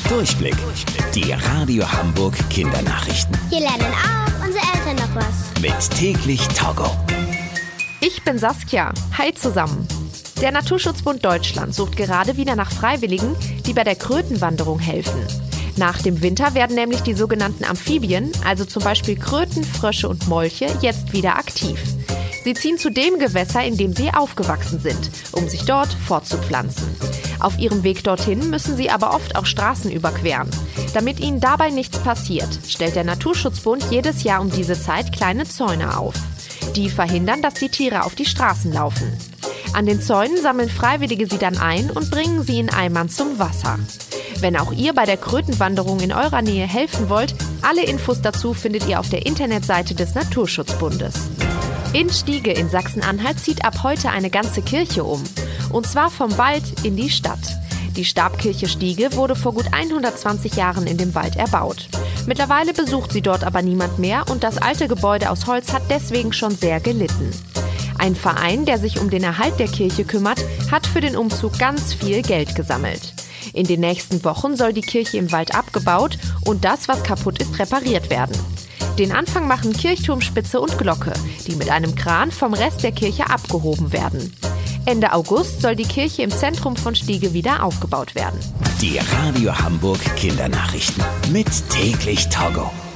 Durchblick. Die Radio Hamburg Kindernachrichten. Hier lernen auch unsere Eltern noch was. Mit täglich Togo. Ich bin Saskia. Hi zusammen. Der Naturschutzbund Deutschland sucht gerade wieder nach Freiwilligen, die bei der Krötenwanderung helfen. Nach dem Winter werden nämlich die sogenannten Amphibien, also zum Beispiel Kröten, Frösche und Molche, jetzt wieder aktiv. Sie ziehen zu dem Gewässer, in dem sie aufgewachsen sind, um sich dort fortzupflanzen. Auf ihrem Weg dorthin müssen sie aber oft auch Straßen überqueren. Damit ihnen dabei nichts passiert, stellt der Naturschutzbund jedes Jahr um diese Zeit kleine Zäune auf. Die verhindern, dass die Tiere auf die Straßen laufen. An den Zäunen sammeln Freiwillige sie dann ein und bringen sie in Eimern zum Wasser. Wenn auch ihr bei der Krötenwanderung in eurer Nähe helfen wollt, alle Infos dazu findet ihr auf der Internetseite des Naturschutzbundes. In Stiege in Sachsen-Anhalt zieht ab heute eine ganze Kirche um. Und zwar vom Wald in die Stadt. Die Stabkirche Stiege wurde vor gut 120 Jahren in dem Wald erbaut. Mittlerweile besucht sie dort aber niemand mehr und das alte Gebäude aus Holz hat deswegen schon sehr gelitten. Ein Verein, der sich um den Erhalt der Kirche kümmert, hat für den Umzug ganz viel Geld gesammelt. In den nächsten Wochen soll die Kirche im Wald abgebaut und das, was kaputt ist, repariert werden. Den Anfang machen Kirchturmspitze und Glocke, die mit einem Kran vom Rest der Kirche abgehoben werden. Ende August soll die Kirche im Zentrum von Stiege wieder aufgebaut werden. Die Radio Hamburg Kindernachrichten mit täglich Togo.